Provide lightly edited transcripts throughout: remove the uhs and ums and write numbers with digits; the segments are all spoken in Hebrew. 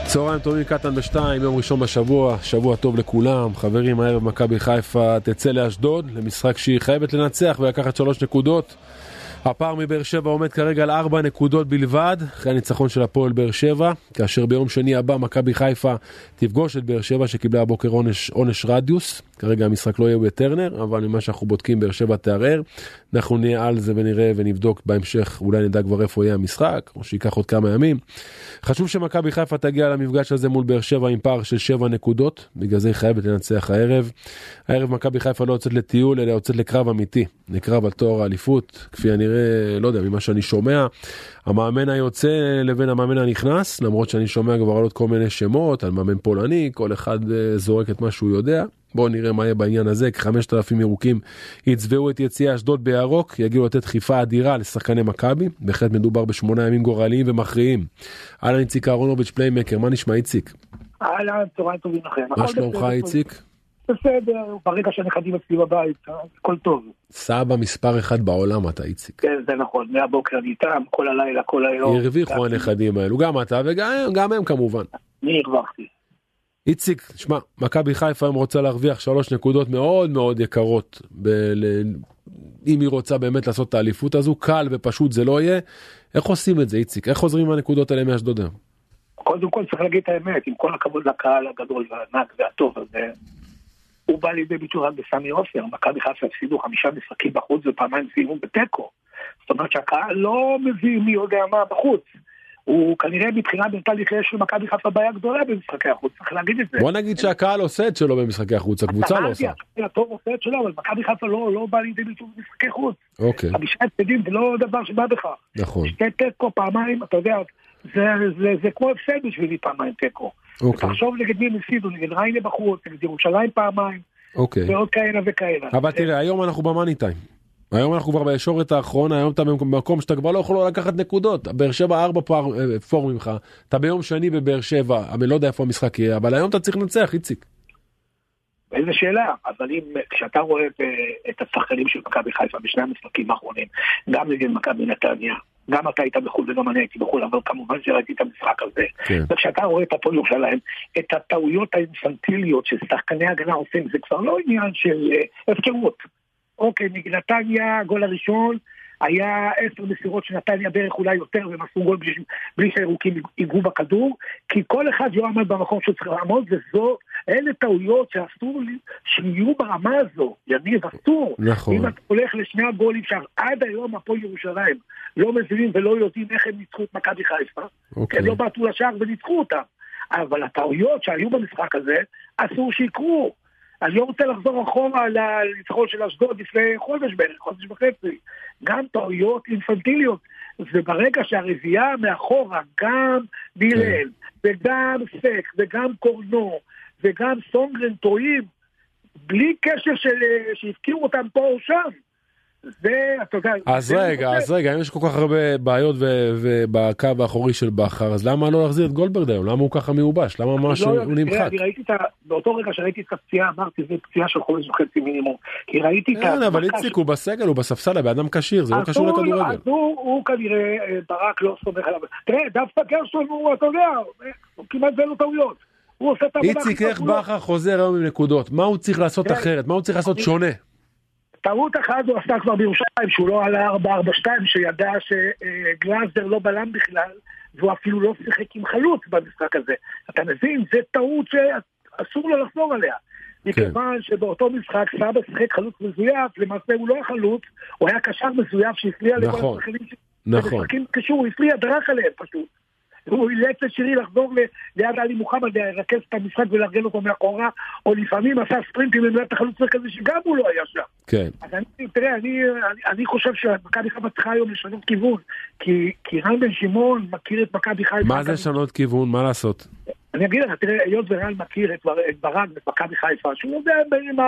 צהריים טובים, קטן בשתיים, יום ראשון בשבוע, שבוע טוב לכולם. חברים, הערב מכבי חיפה תצא לאשדוד, למשחק שהיא חייבת לנצח ולקחת 3 נקודות. הפער מבאר שבע עומד כרגע על 4 נקודות בלבד, אחרי הניצחון של הפועל באר שבע, כאשר ביום שני הבא מכבי חיפה תפגוש את באר שבע שקיבלה הבוקר עונש רדיוס. כרגע המשחק לא יהיה בטרנר, אבל ממה שאנחנו בודקים באר שבע תערער. אנחנו נהיה על זה ונראה ונבדוק בהמשך, אולי נדע כבר איפה יהיה המשחק, או שיקח עוד כמה ימים. חשוב שמכבי חיפה תגיע למפגש הזה מול באר שבע עם פער של 7 נקודות, בגלל זה היא חייבת לנצח הערב. הערב מכבי חיפה לא יוצאת לטיול, אלא יוצאת לקרב אמיתי, לקרב על תואר האליפות, כפי הנראה, לא יודע, ממה שאני שומע, המאמן היוצא לבין המאמן הנכנס, למרות שאני שומע כבר על עוד כל מיני שמות, על מאמן פולני, כל אחד זורק את מה שהוא יודע. בואו נראה מה יהיה בעניין הזה, כ-5,000 ירוקים יצבעו את יציאה אשדוד בירוק, יגיעו לתת חיפה אדירה לשחקני מכבי, בהחלט מדובר ב8 ימים גורליים ומכריעים. אהלן איציק אהרונוביץ' פליימקר, מה נשמע איציק? אהלן, צהריים טובים לכם. מה שלומך איציק? בסדר, ברגע שהנכדים אצלי בבית, הכל טוב. סבא מספר 1 בעולם אתה איציק. כן, זה נכון, מהבוקר אני איתם, כל הלילה, כל היום. הרוויחו הנכדים האלו, גם אתה וגם הם כמובן. אני הרווחתי. איציק, שמע, מכבי חיפה היום רוצה להרוויח 3 נקודות מאוד מאוד יקרות, אם היא רוצה באמת לעשות את האליפות הזו, קל ופשוט זה לא יהיה. איך עושים את זה איציק? איך חוזרים מהנקודות האלה מאשדוד? קודם כל צריך להגיד את האמת, עם כל הכבוד לקהל הגדול והענק והטוב הזה, הוא בא לידי ביטוי רק בסמי עופר, מכבי חיפה הפסידו 5 משחקים בחוץ ופעמיים סיימו בתיקו. זאת אומרת שהקהל לא מביא מי יודע מה בחוץ. הוא כנראה מבחינה בין תהליכי של מכבי חיפה בעיה גדולה במשחקי החוץ, צריך להגיד את זה. בוא נגיד שהקהל עושה את שלו במשחקי החוץ, הקבוצה לא עושה. הטוב עושה את שלו, אבל מכבי חיפה לא בא לידי ביטוי במשחקי חוץ. אוקיי. 5 הפסדים זה לא דבר שבא בכך. נכון. 2 תיקו פעמיים, אתה יודע, זה כמו הפסד בשבילי פעמיים תיקו. תחשוב נגד מי הם הפסידו, נגד ריינה בחוץ, נגד ירושלים פעמיים, ועוד כאלה וכאלה. אבל תראה, היום אנחנו במאני טיים. היום אנחנו כבר בישורת האחרונה, היום אתה במקום שאתה כבר לא יכול לקחת נקודות. באר שבע 4 פור ממך, אתה ביום שני בבאר שבע, אני לא יודע איפה המשחק יהיה, אבל היום אתה צריך לנצח, איציק. איזה שאלה, אבל כשאתה רואה את השחקנים של מכבי חיפה בשני המשחקים האחרונים, גם נגד מכבי נתניה, גם אתה היית בחו"ל וגם אני הייתי בחו"ל, אבל כמובן שראיתי את המשחק הזה. כן. וכשאתה רואה את הפועל ירושלים, את הטעויות האינפנטיליות ששחקני הגנה עושים, זה כבר לא עניין של הפקרות. אוקיי, נגד נתניה, הגול הראשון, היה 10 מסירות של נתניה בערך אולי יותר, והם עשו גול בלי שהירוקים ייגעו בכדור, כי כל אחד לא עמד במקום שצריך לעמוד, אלה טעויות שאסור שיהיו ברמה הזו, יניב, אסור. נכון. אם אתה הולך לשני הגולים שעד היום הפועל ירושלים לא מבינים ולא יודעים איך הם ניצחו את מכבי חיפה, אוקיי. הם לא בעטו לשער וניצחו אותם, אבל הטעויות שהיו במשחק הזה, אסור שיקרו. אני לא רוצה לחזור אחורה לניצחון של אשדוד לפני חודש וחצי. גם טעויות אינפנטיליות. וברגע שהרביעייה מאחורה, גם בילל, וגם סק, וגם קורנו, וגם סונגרן טועים, בלי קשר שהפקיעו אותם פה או שם. זה, אתה יודע... אז רגע, אם יש כל כך הרבה בעיות בקו האחורי של בכר, אז למה לא להחזיר את גולדברג היום? למה הוא ככה מיובש? למה ממש הוא נמחק? אני ראיתי באותו רגע שראיתי את הפציעה, אמרתי, זה פציעה של 5.5 מינימום. כי ראיתי את... כן, אבל איציק הוא בסגל, הוא בספסל, באדם קשיר, זה לא קשור לכדורגל. אז הוא כנראה, ברק לא סומך עליו. תראה, דווקא גרשון הוא, אתה יודע, הוא כמעט זה לא טעויות. איציק, איך בכר חוזר היום עם נקודות? מה הוא צריך לעשות אחרת? מה הוא צריך לעשות שונה? טעות אחת הוא עשה כבר בירושלים, שהוא לא עלה 4-4-2, שידע שגלאזר לא בלם בכלל, והוא אפילו לא שיחק עם חלוץ במשחק הזה. אתה מבין, זה טעות שאסור לו לחזור עליה. מכיוון שבאותו משחק סבא שיחק חלוץ מזויף, למעשה הוא לא היה חלוץ, הוא היה קשר מזויף שהפריע לכל השחקנים שמשחקים קשור, הוא הפריע דרך עליהם פשוט. הוא אילץ את שירי לחזור ליד עלי מוחמד, לרכז את המשחק ולארגן אותו מאחורה, או לפעמים עשה ספרינטים למילת החלוץ כזה שגם הוא לא היה שם. כן. אז תראה, אני חושב שמכבי חיפה צריכה היום לשנות כיוון, כי רן בן שמעון מכיר את מכבי חיפה. מה זה לשנות כיוון? מה לעשות? אני אגיד לך, תראה, היות ורן מכיר את ברק במכבי חיפה, שהוא יודע בין 4-3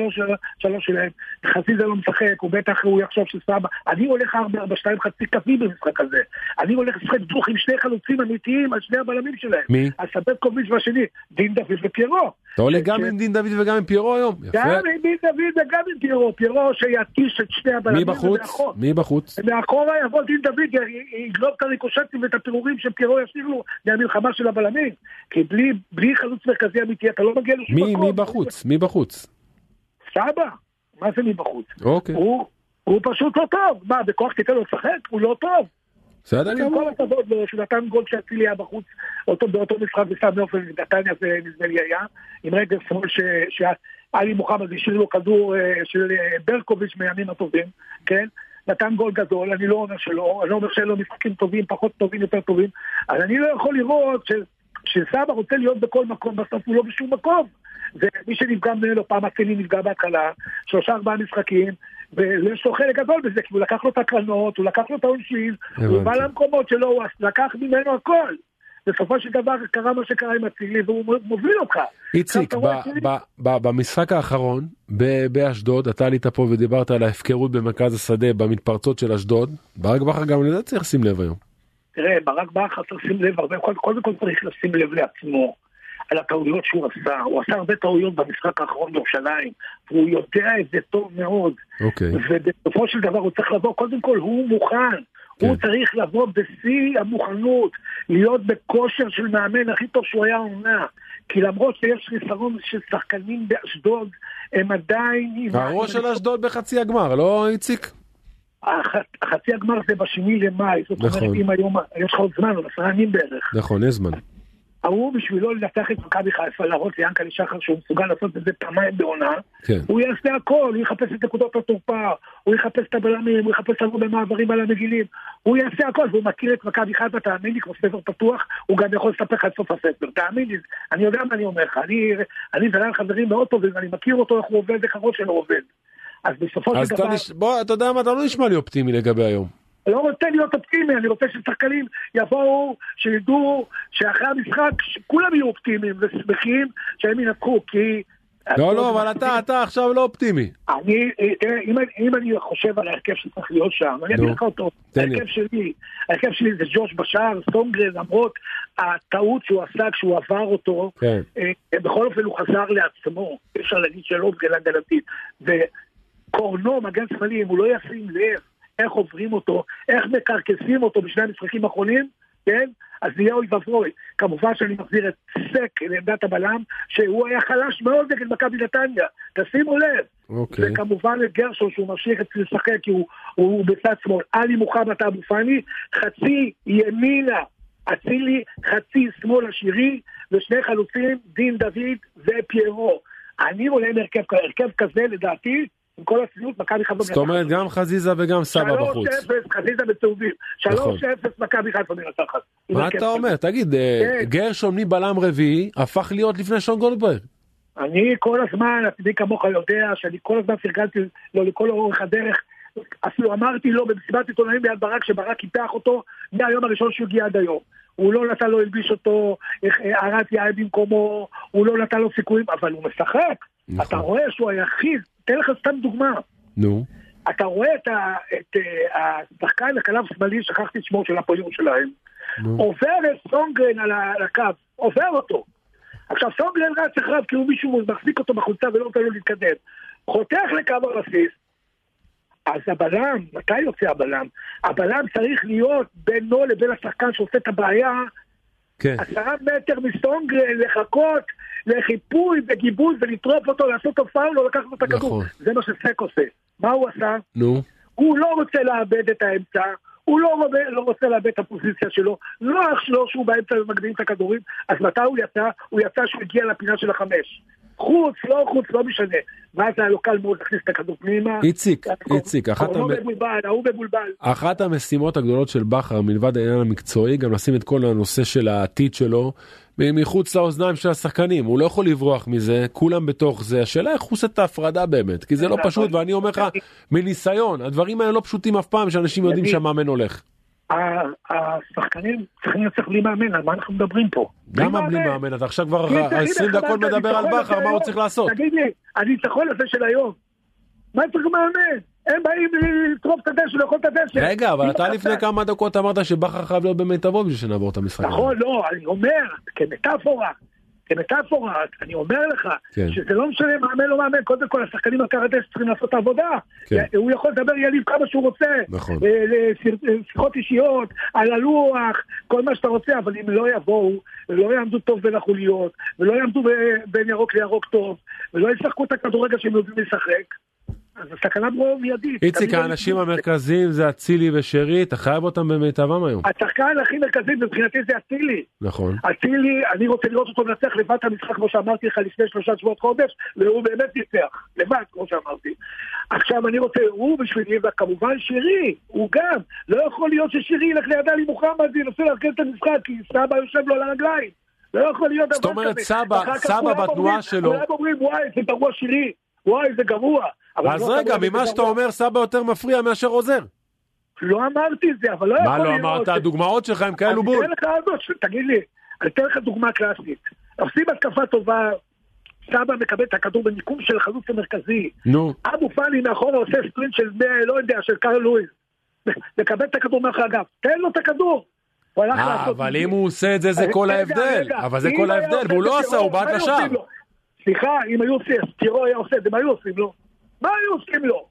שלהם, חזיזה לא משחק, הוא בטח הוא יחשוב שסבא, אני הולך 4-4-2 חצי קווי במשחק הזה, אני הולך לשחק דוך עם שני חלוצים אמיתיים על שני הבלמים שלהם. מי? אז סבטקוביץ' והשני, דין דוד ופיירו. אתה עולה גם עם דין דוד וגם עם פיירו היום? גם עם דין דוד וגם עם פיירו, פיירו שיתיש את שני הבלמים. מי בחוץ? מי בחוץ? מאחורה יבוא דין דוד, יגלוב את הריקושטים ואת הפירורים שפיירו ישאיר לו מהמלחמה של הבלמים. כי בלי חלוץ מרכזי אמיתי אתה לא מגיע לשום מקום. מי בחוץ? מי בחוץ? סבא. מה זה מי בחוץ? אוקיי. הוא פשוט לא טוב. מה, בכוח תיתן לו לשחק? הוא לא טוב. בסדר גם כל הכבוד לו, שהוא נתן גול שאצילי היה בחוץ, באותו משחק וסתם מאופן נתניה זה נזמן לי היה, עם רגל שמאל שאלי מוחמד השאיר לו כדור של ברקוביץ' מימים הטובים, כן? נתן גול גדול, אני לא אומר שלא, אני לא אומר שאין לו משחקים טובים, פחות טובים, יותר טובים, אז אני לא יכול לראות שסבא רוצה להיות בכל מקום, בסוף הוא לא בשום מקום. ומי שנפגע ממנו, פעם אצילי נפגע בהתחלה, 3-4 משחקים, ויש לו חלק גדול בזה, כי הוא לקח לו את הקרנות, הוא לקח לו את העונשין, הוא בא למקומות שלו, הוא לקח ממנו הכל. בסופו של דבר קרה מה שקרה עם אצילי, והוא מוביל אותך. איציק, במשחק האחרון, באשדוד, אתה עלית פה ודיברת על ההפקרות במרכז השדה, במתפרצות של אשדוד, ברק בכר גם לזה צריך לשים לב היום. תראה, ברק בכר צריך לשים לב הרבה, קודם כל צריך לשים לב לעצמו. על הטעויות שהוא עשה. הוא עשה הרבה טעויות במשחק האחרון בירושלים, והוא יודע את זה טוב מאוד. ובסופו של דבר הוא צריך לבוא, קודם כל הוא מוכן. הוא צריך לבוא בשיא המוכנות, להיות בכושר של מאמן הכי טוב שהוא היה עונה. כי למרות שיש חיסרון של שחקנים באשדוד, הם עדיין... הראש של אשדוד בחצי הגמר, לא איציק? החצי הגמר זה בשני למאי, זאת אומרת, אם היום יש לך עוד זמן, עוד 10 ימים בערך. נכון, יש זמן. הוא בשבילו לנצח את מכבי חיפה, להראות ליענקל'ה שחר שהוא מסוגל לעשות את זה פעמיים בעונה, הוא יעשה הכל, הוא יחפש את נקודות התורפה, הוא יחפש את הבלמים, הוא יחפש לנו במעברים על המגילים, הוא יעשה הכל, והוא מכיר את מכבי חיפה, תאמין לי, כמו ספר פתוח, הוא גם יכול לספר לך את סוף הספר, תאמין לי, אני יודע מה אני אומר לך, אני זרן חברים מאוד טובים, אני מכיר אותו, איך הוא עובד, איך הראש שלו עובד. אז בסופו של דבר... בוא, אתה יודע מה, אתה לא נשמע לי אופטימי לגבי היום. לא רוצה להיות אופטימי, אני רוצה ששחקנים יבואו, שידעו שאחרי המשחק כולם יהיו אופטימיים ושמחים שהם ינצחו, כי... לא, אבל אתה עכשיו לא אופטימי. אם אני חושב על ההרכב שצריך להיות שם, אני אגיד לך אותו, ההרכב שלי זה ג'וש בשער, סונגרן, למרות הטעות שהוא עשה כשהוא עבר אותו, בכל אופן הוא חזר לעצמו, אפשר להגיד שלא בגלל גלתית, וקורנו, מגן שמאלי, אם הוא לא ישים לב, איך עוברים אותו, איך מקרקסים אותו בשני המשחקים האחרונים, כן? אז נהיה אוי ואבוי. כמובן שאני מחזיר את סק לעמדת הבלם, שהוא היה חלש מאוד נגד מכבי נתניה. תשימו לב. וכמובן את גרשון שהוא ממשיך את לשחק, כי הוא בצד שמאל. עלי מוחמד אבו פאני, חצי ימינה, אצילי, חצי שמאל השירי, ושני חלוצים, דין דוד ופיירו. אני עולה עם הרכב כזה לדעתי, עם כל הצניעות, מכבי חיפה... זאת אומרת, גם חזיזה וגם סבא בחוץ. 3-0, חזיזה בצהובים. 3-0, מכבי חיפה מנצחת. מה אתה אומר? תגיד, גרשון מבלם רביעי הפך להיות לפני שון גולדברג. אני כל הזמן, אני כמוך יודע, שאני כל הזמן פרגנתי לו לכל אורך הדרך, אפילו אמרתי לו במסיבת עיתונאים ביד ברק, שברק ייתח אותו מהיום הראשון שהוא הגיע עד היום. הוא לא נתן לו, הלביש אותו, ערת יעד במקומו, הוא לא נתן לו סיכויים, אבל הוא משחק. אתה רואה שהוא היחיד, תן לך סתם דוגמה. נו. אתה רואה את השחקן הכלב שמאלי, שכחתי את שמו של הפועל ירושלים, עובר את סונגרן על הקו, עובר אותו. עכשיו סונגרן רץ אחריו, כי הוא מישהו מחזיק אותו בחולצה ולא נותן לו להתקדם. חותך לקו הבסיס, אז הבלם, מתי יוצא הבלם? הבלם צריך להיות בינו לבין השחקן שעושה את הבעיה, 10 מטר מסונגרן, לחכות לחיפוי וגיבוי ולטרוף אותו, לעשות אותו פאול או לקחת את הכדור. זה מה שסק עושה. מה הוא עשה? הוא לא רוצה לאבד את האמצע, הוא לא רוצה לאבד את הפוזיציה שלו, לא אך שלו שהוא באמצע ומקדים את הכדורים, אז מתי הוא יצא? הוא יצא שהוא הגיע לפינה של 5. חוץ, לא משנה. ואז היה לו קל מאוד להכניס את הכדור פנימה. איציק, הוא מבולבל. אחת המשימות הגדולות של בכר, מלבד העניין המקצועי, גם לשים את כל הנושא של העתיד שלו, מחוץ לאוזניים של השחקנים. הוא לא יכול לברוח מזה, כולם בתוך זה. השאלה איך הוא עושה את ההפרדה באמת, כי זה לא פשוט, ואני אומר לך, מניסיון, הדברים האלה לא פשוטים אף פעם, שאנשים יודעים שהמאמן הולך. השחקנים צריכים לצריך בלי מאמן, על מה אנחנו מדברים פה? למה בלי מאמן? אתה עכשיו כבר 20 דקות מדבר על בכר, מה הוא צריך לעשות? תגיד לי, הניצחון הזה של היום, מה צריך מאמן? הם באים לטרוף את הדשא, לאכול את הדשא. רגע, אבל אתה לפני כמה דקות אמרת שבכר חייב להיות במיטבו בשביל שנעבור את המשחק. נכון, לא, אני אומר, כמטאפורה, אני אומר לך, שזה לא משנה מאמן לא מאמן, קודם כל השחקנים הקרדש צריכים לעשות עבודה, הוא יכול לדבר יליב כמה שהוא רוצה, שיחות אישיות, על הלוח, כל מה שאתה רוצה, אבל אם לא יבואו, ולא יעמדו טוב בין החוליות, ולא יעמדו בין ירוק לירוק טוב, ולא ישחקו את הכדורגל שהם יודעים לשחק, אז הסכנה ברור מיידית. איציק, האנשים המרכזיים זה אצילי ושרי, אתה חייב אותם במיטבם היום. השחקן הכי מרכזי מבחינתי זה אצילי. נכון. אצילי, אני רוצה לראות אותו מנצח לבד המשחק, כמו שאמרתי לך לפני 3 שבועות חודש, והוא באמת ניצח, לבד, כמו שאמרתי. עכשיו אני רוצה, הוא בשבילי, וכמובן שרי, הוא גם, לא יכול להיות ששרי ילך ליד עלי מוחמד, ינסה להרכז את המשחק, כי סבא יושב לו על הרגליים. לא יכול להיות דבר כזה. זאת אומרת, סבא בתנועה שלו. כולם אומרים, וואי, זה גרוע שרי, וואי, זה גרוע. אז רגע, ממה שאתה אומר, סבא יותר מפריע מאשר עוזר. לא אמרתי את זה, אבל לא יכול להיות. מה לא אמרת? הדוגמאות שלך הם כאלו בול. תגיד לי, אני אתן לך דוגמה קלאסית. עושים התקפה טובה, סבא מקבל את הכדור במיקום של החלוץ המרכזי. נו. אבו פאני מאחורה עושה ספרינט של, לא יודע, של קארל לואיס. מקבל את הכדור מאחורי הגב. תן לו את הכדור. אבל אם הוא עושה את זה, זה כל ההבדל. אבל זה כל ההבדל, והוא לא עשה, הוא בעט לשם. סליחה, אם היו עושים, טירו היה עושה את זה, מה היו עושים לו? מה היו עושים לו?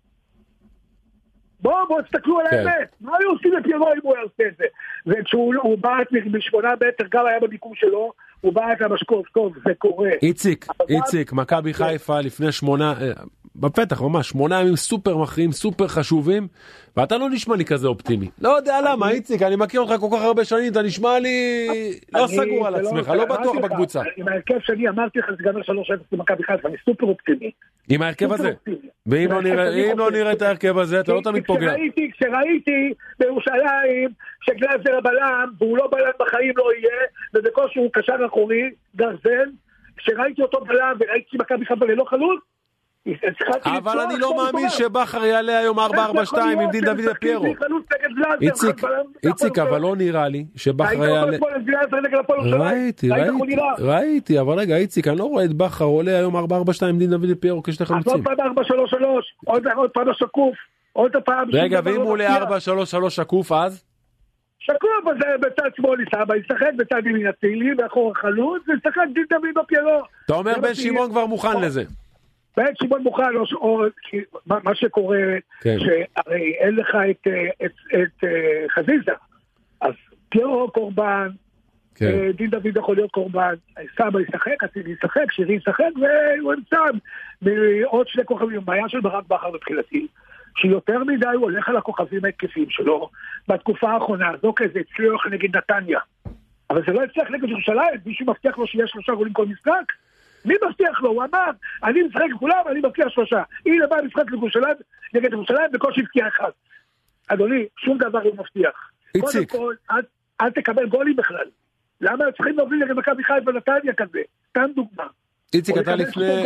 בואו תסתכלו על האמת. מה היו עושים לטירו אם הוא היה עושה את זה? וכשהוא בעט מ8 מטר, גם היה במיקום שלו, הוא בעט למשקוף, טוב, זה קורה. איציק, מכבי חיפה לפני 8, בפתח ממש, 8 ימים סופר מכריעים, סופר חשובים, ואתה לא נשמע לי כזה אופטימי. לא יודע למה, איציק, אני מכיר אותך כל כך הרבה שנים, אתה נשמע לי לא סגור על עצמך, לא בטוח בקבוצה. עם ההרכב שאני אמרתי לך, זה גם 3-0 למכבי חיפה, אני סופר אופטימי. עם ההרכב הזה? ואם לא נראה את ההרכב הזה, אתה לא תמיד פוגע. כשראיתי בירושלים שגלאזר הבלם, והוא לא בלם בחיים לא יהיה, ובקושי הוא קשר אחורי, גרזן, כשראיתי אותו בלם וראיתי מכבי חיפה ללא חלוץ, אבל אני לא מאמין שבכר יעלה היום 4-4-2 עם דין דוד ופיירו. איציק, אבל לא נראה לי שבכר יעלה. ראיתי, אבל רגע, איציק, אני לא רואה את בכר עולה היום 4-4-2 עם דין דוד ופיירו כשתי חלוצים. עוד פעם 4-3-3, עוד פעם השקוף, עוד פעם... רגע, ואם הוא עולה 4-3-3 שקוף, אז? שקוף, אז בצד שמאל סבא ישחק, בצד ימין אצילי, ואחור החלוץ, וישחק דין דוד ופיירו. אתה אומר בן שמעון כבר מוכן לזה. בן שמעון מוכן, מה שקורה, שהרי אין לך את חזיזה, אז פיירו קורבן, דין דוד יכול להיות קורבן, סבא ישחק, אצילי ישחק, שירי ישחק, והוא אמצם מעוד 2 כוכבים. בעיה של ברק בכר מבחינתי, שיותר מדי הוא הולך על הכוכבים ההתקפיים שלו, בתקופה האחרונה, אז אוקיי, זה הצליח נגד נתניה, אבל זה לא הצליח נגד ירושלים, מישהו מבטיח לו שיש 3 גולים כל משחק? מי מבטיח לו? הוא אמר, אני משחק לכולם, אני מבטיח 3. הנה בא משחק נגד ירושלים, בקושי הבקיע 1. אדוני, שום דבר הוא מבטיח. איציק. קודם כל, אל תקבל גולים בכלל. למה צריכים להוביל נגד מכבי חיפה ונתניה כזה? סתם דוגמה. איציק, אתה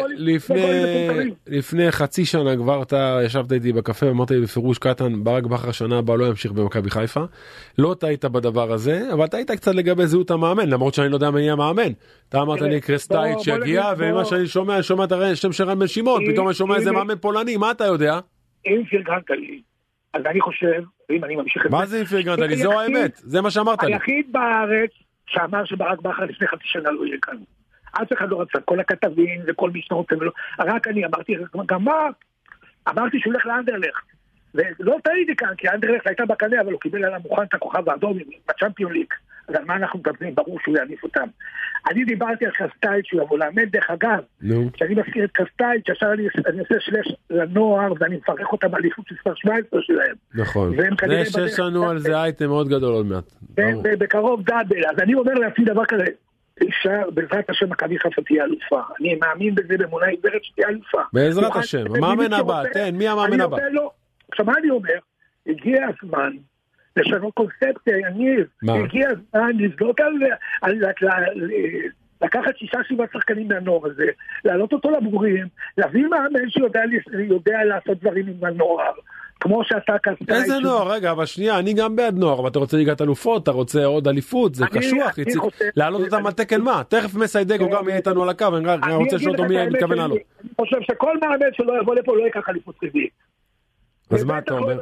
לפני חצי שנה כבר אתה ישבת איתי בקפה ואמרת לי בפירוש קטן, ברק בכר השנה הבאה לא ימשיך במכבי חיפה. לא טעית בדבר הזה, אבל טעית קצת לגבי זהות המאמן, למרות שאני לא יודע מי יהיה מאמן. אתה אמרת לי קרסטייץ' שיגיע, ומה שאני שומע, אני שומע את השם של רן בן שמעון, פתאום אני שומע איזה מאמן פולני, מה אתה יודע? אם פרגנת לי, אז אני חושב, אם אני ממשיך את זה... מה זה אם פרגנת לי? זו האמת, זה מה שאמרת לי. היחיד בארץ שאמר שברק בכר לפני חצי שנה לא יהיה כאן. אף אחד לא רצה, כל הכתבים וכל מי שאתה רוצה, רק אני אמרתי, גם מה? אמרתי שהוא הולך לאנדרלכט, ולא טעיתי כאן, כי האנדרלכט הייתה בקנה, אבל הוא קיבל על המוכן את הכוכב האדום בצ'מפיון ליג, אז על מה אנחנו מדברים? ברור שהוא יעניף אותם. אני דיברתי על קרסטייץ' שהוא יבוא לאמן, דרך אגב, כשאני מזכיר את קרסטייץ', עכשיו אני עושה שלש לנוער, ואני מפרח אותם על אליפות מספר 17 שלהם. נכון, יש לנו על זה אייטם מאוד גדול עוד מעט. בקרוב דאבל, אז אני אומר להפעיל דבר כזה, אפשר, בעזרת השם מכבי חיפה תהיה אלופה. אני מאמין בזה באמונה עיוורת שתהיה אלופה. בעזרת השם, המאמן הבא, תן, מי המאמן הבא? עכשיו מה אני אומר? הגיע הזמן לשנות קונספציה, יניב. הגיע הזמן לבדוק לקחת 6-7 שחקנים מהנוער הזה, להעלות אותו לבוגרים, להביא מאמן שיודע לעשות דברים עם הנוער, כמו שאתה כספי... איזה נוער? רגע, אבל שנייה, אני גם בעד נוער, אבל אתה רוצה ליגת אלופות, אתה רוצה עוד אליפות, זה קשוח, איציק, להעלות אותם על תקן מה? תכף מסיידגו גם יהיה איתנו על הקו, אני רוצה לשאול אותו מי מתכוון לעלות. אני חושב שכל מאמן שלא יבוא לפה לא ייקח אליפות רביעית. אז מה אתה אומר?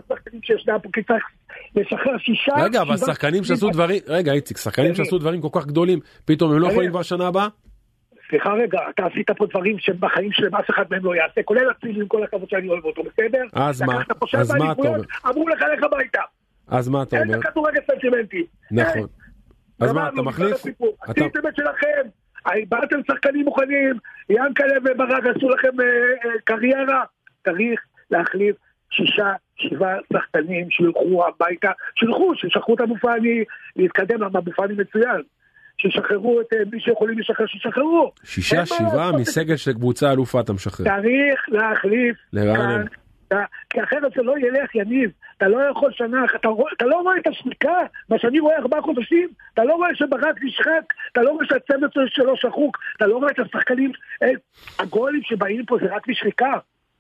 לשחרר 6... רגע, אבל שחקנים שעשו דברים... רגע, איציק, שחקנים שעשו דברים כל כך גדולים, פתאום הם לא יכולים כבר שנה הבאה? סליחה רגע, אתה עשית פה דברים שבחיים שלהם אף אחד מהם לא יעשה, כולל הצילי עם כל הכבוד שאני אוהב אותו, בסדר? אז מה? אז מה אתה אומר? אמרו לך לך הביתה. אז מה אתה אומר? אין לך כדורגל סנטימנטי. נכון. אז מה, אתה מחליף? עשיתם את שלכם, באתם שחקנים מוכנים, ינקלה וברק עשו לכם קריירה, צריך להחליף 6-7 שחקנים שילכו הביתה, ששחררו את המופעני, להתקדם למה המופעני מצוין. ששחררו את מי שיכולים לשחרר, ששחררו. 6-7 מסגל של קבוצה אלופה אתה משחרר. צריך להחליף כאן, כי אחרת זה לא ילך יניב. אתה לא יכול שנה, אתה לא רואה את השחיקה, מה שאני רואה 4 חודשים, אתה לא רואה שברק נשחק, אתה לא רואה שהצוות שלו שחוק, אתה לא רואה את השחקנים, הגולים שבאים פה זה רק בשחיקה.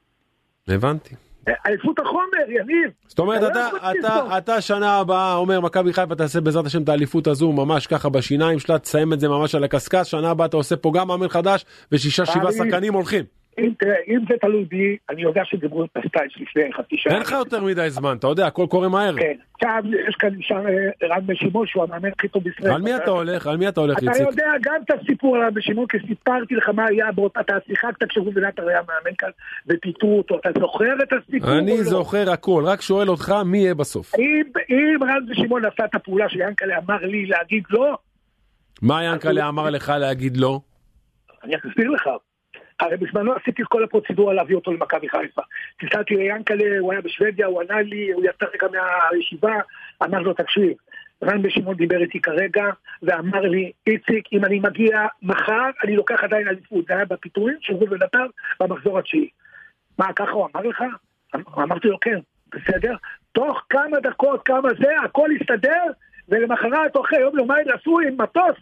הבנתי. אליפות החומר, יניב. זאת אומרת, אתה שנה הבאה אומר, מכבי חיפה תעשה בעזרת השם את האליפות הזו, ממש ככה בשיניים שלה, תסיים את זה ממש על הקסקס, שנה הבאה אתה עושה פה גם מאמן חדש, ו6-7 שחקנים הולכים. אם זה תלוי בי, אני יודע שדיברו את הסטייל לפני חצי שנה. אין לך יותר מדי זמן, אתה יודע, הכל קורה מהר. כן, עכשיו יש כאן נשאר רן בשימון, שהוא המאמן הכי טוב בישראל. על מי אתה הולך? איציק? אתה יודע גם את הסיפור על רן בשימון, כי סיפרתי לך מה היה באותה, אתה שיחקת כשהוא ונטר היה מאמן כאן, ופיתרו אותו, אתה זוכר את הסיפור? אני זוכר הכל, רק שואל אותך מי יהיה בסוף. אם רן בשימון עשה את הפעולה שיאנקלה אמר לי להגיד לא, מה יאנקלה אמר לך להגיד לא? אני אסביר לך. הרי בזמנו עשיתי את כל הפרוצדורה להביא אותו למכבי חיפה. תסתכלתי ליאנקלה, הוא היה בשוודיה, הוא ענה לי, הוא יצא רגע מהישיבה, אמר לו תקשיב, רן בשימון דיבר איתי כרגע, ואמר לי, איציק, אם אני מגיע מחר, אני לוקח עדיין אליפות. זה היה בפיטורים של רובל נטר במחזור התשיעי. מה, ככה הוא אמר לך? אמרתי לו כן, בסדר? תוך כמה דקות, כמה זה, הכל הסתדר, ולמחרת, אחרי יום-יומיים נסעו עם מטוס,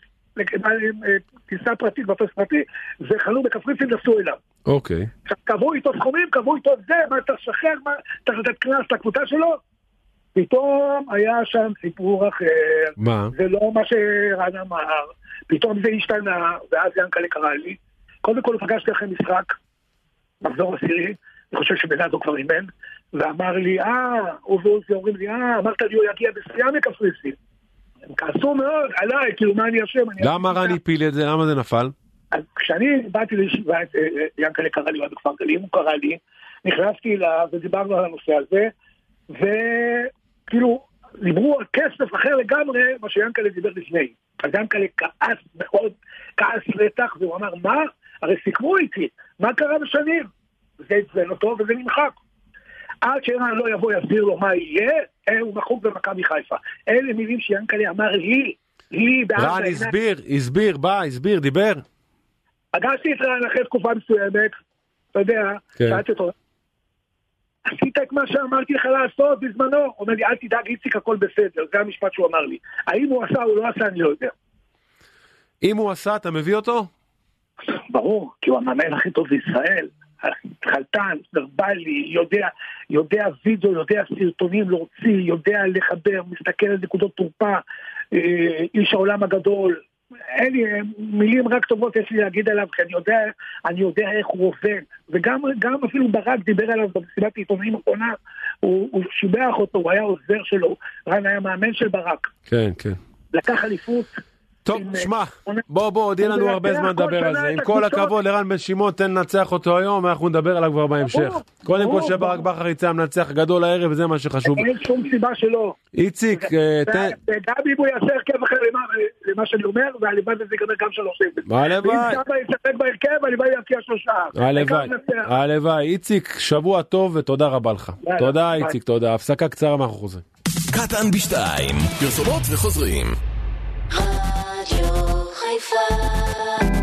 טיסה פרטית, מטוס פרטי, וחלו בקפריסין נסעו אליו. אוקיי. קבעו איתו סכומים, קבעו איתו זה, מה אתה שחרר, מה אתה לתת קנס לקבוצה שלו? פתאום היה שם סיפור אחר. מה? זה לא מה שרן אמר. פתאום זה השתנה, ואז ינקלה קרא לי. קודם כל פגשתי אחרי משחק, מחזור עשירי, אני חושב שבנאדו כבר אימן, ואמר לי, אומרים לי, אמרת לי, הוא יגיע בסיים לקפריסין. הם כעסו מאוד עליי, כאילו מה אני אשם. למה רן הפיל את זה? למה זה נפל? אז כשאני באתי לישיבה, ינקלה קרא לי בכפר גלים, הוא קרא לי, נכנסתי אליו ודיברנו על הנושא הזה, וכאילו דיברו על כסף אחר לגמרי מה שיאנקלה דיבר לפני. אז יאנקלה כעס מאוד, כעס רתח, והוא אמר, מה? הרי סיכמו איתי, מה קרה בשנים? זה עצבן אותו וזה נמחק. עד שערן לא יבוא יסביר לו מה יהיה, הוא מחוק במכבי חיפה. אלה מילים שיאנקלה אמר לי רן הסביר, דיבר. פגשתי את רן אחרי תקופה מסוימת, אתה יודע, שאלתי אותו, עשית את מה שאמרתי לך לעשות בזמנו? הוא אומר לי, אל תדאג איציק, הכל בסדר, זה המשפט שהוא אמר לי. האם הוא עשה או לא עשה, אני לא יודע. אם הוא עשה, אתה מביא אותו? ברור, כי הוא המאמן הכי טוב בישראל. חלטן, ורבלי, יודע וידאו, יודע סרטונים להוציא, יודע לחבר, מסתכל על נקודות תורפה, איש העולם הגדול. אין לי מילים רק טובות יש לי להגיד עליו, כי אני יודע איך הוא עובד, וגם אפילו ברק דיבר עליו במסיבת העיתונאים האחרונה, הוא שיבח אותו, הוא היה עוזר שלו, רן היה מאמן של ברק. כן. לקח אליפות. טוב, שמע, בוא, עוד יהיה לנו הרבה זמן לדבר על זה. עם כל הכבוד לרן בן שמעון, תן לנצח אותו היום, אנחנו נדבר עליו כבר בהמשך. קודם כל שברק בכר יצא מנצח גדול הערב, וזה מה שחשוב. אין שום סיבה שלא. איציק, וגם אם הוא יעשה הרכב אחר למה שאני אומר, והלוואי וזה ייגמר גם 3-0. הלוואי. ואם סבא ישחק בהרכב, הלוואי יבקיע 3. הלוואי. איציק, שבוע טוב ותודה רבה לך. תודה איציק, תודה. הפסקה קצרה ואנחנו חוזרים. קטן בשתיים, פרסומות וחוזרים. רדיו חיפה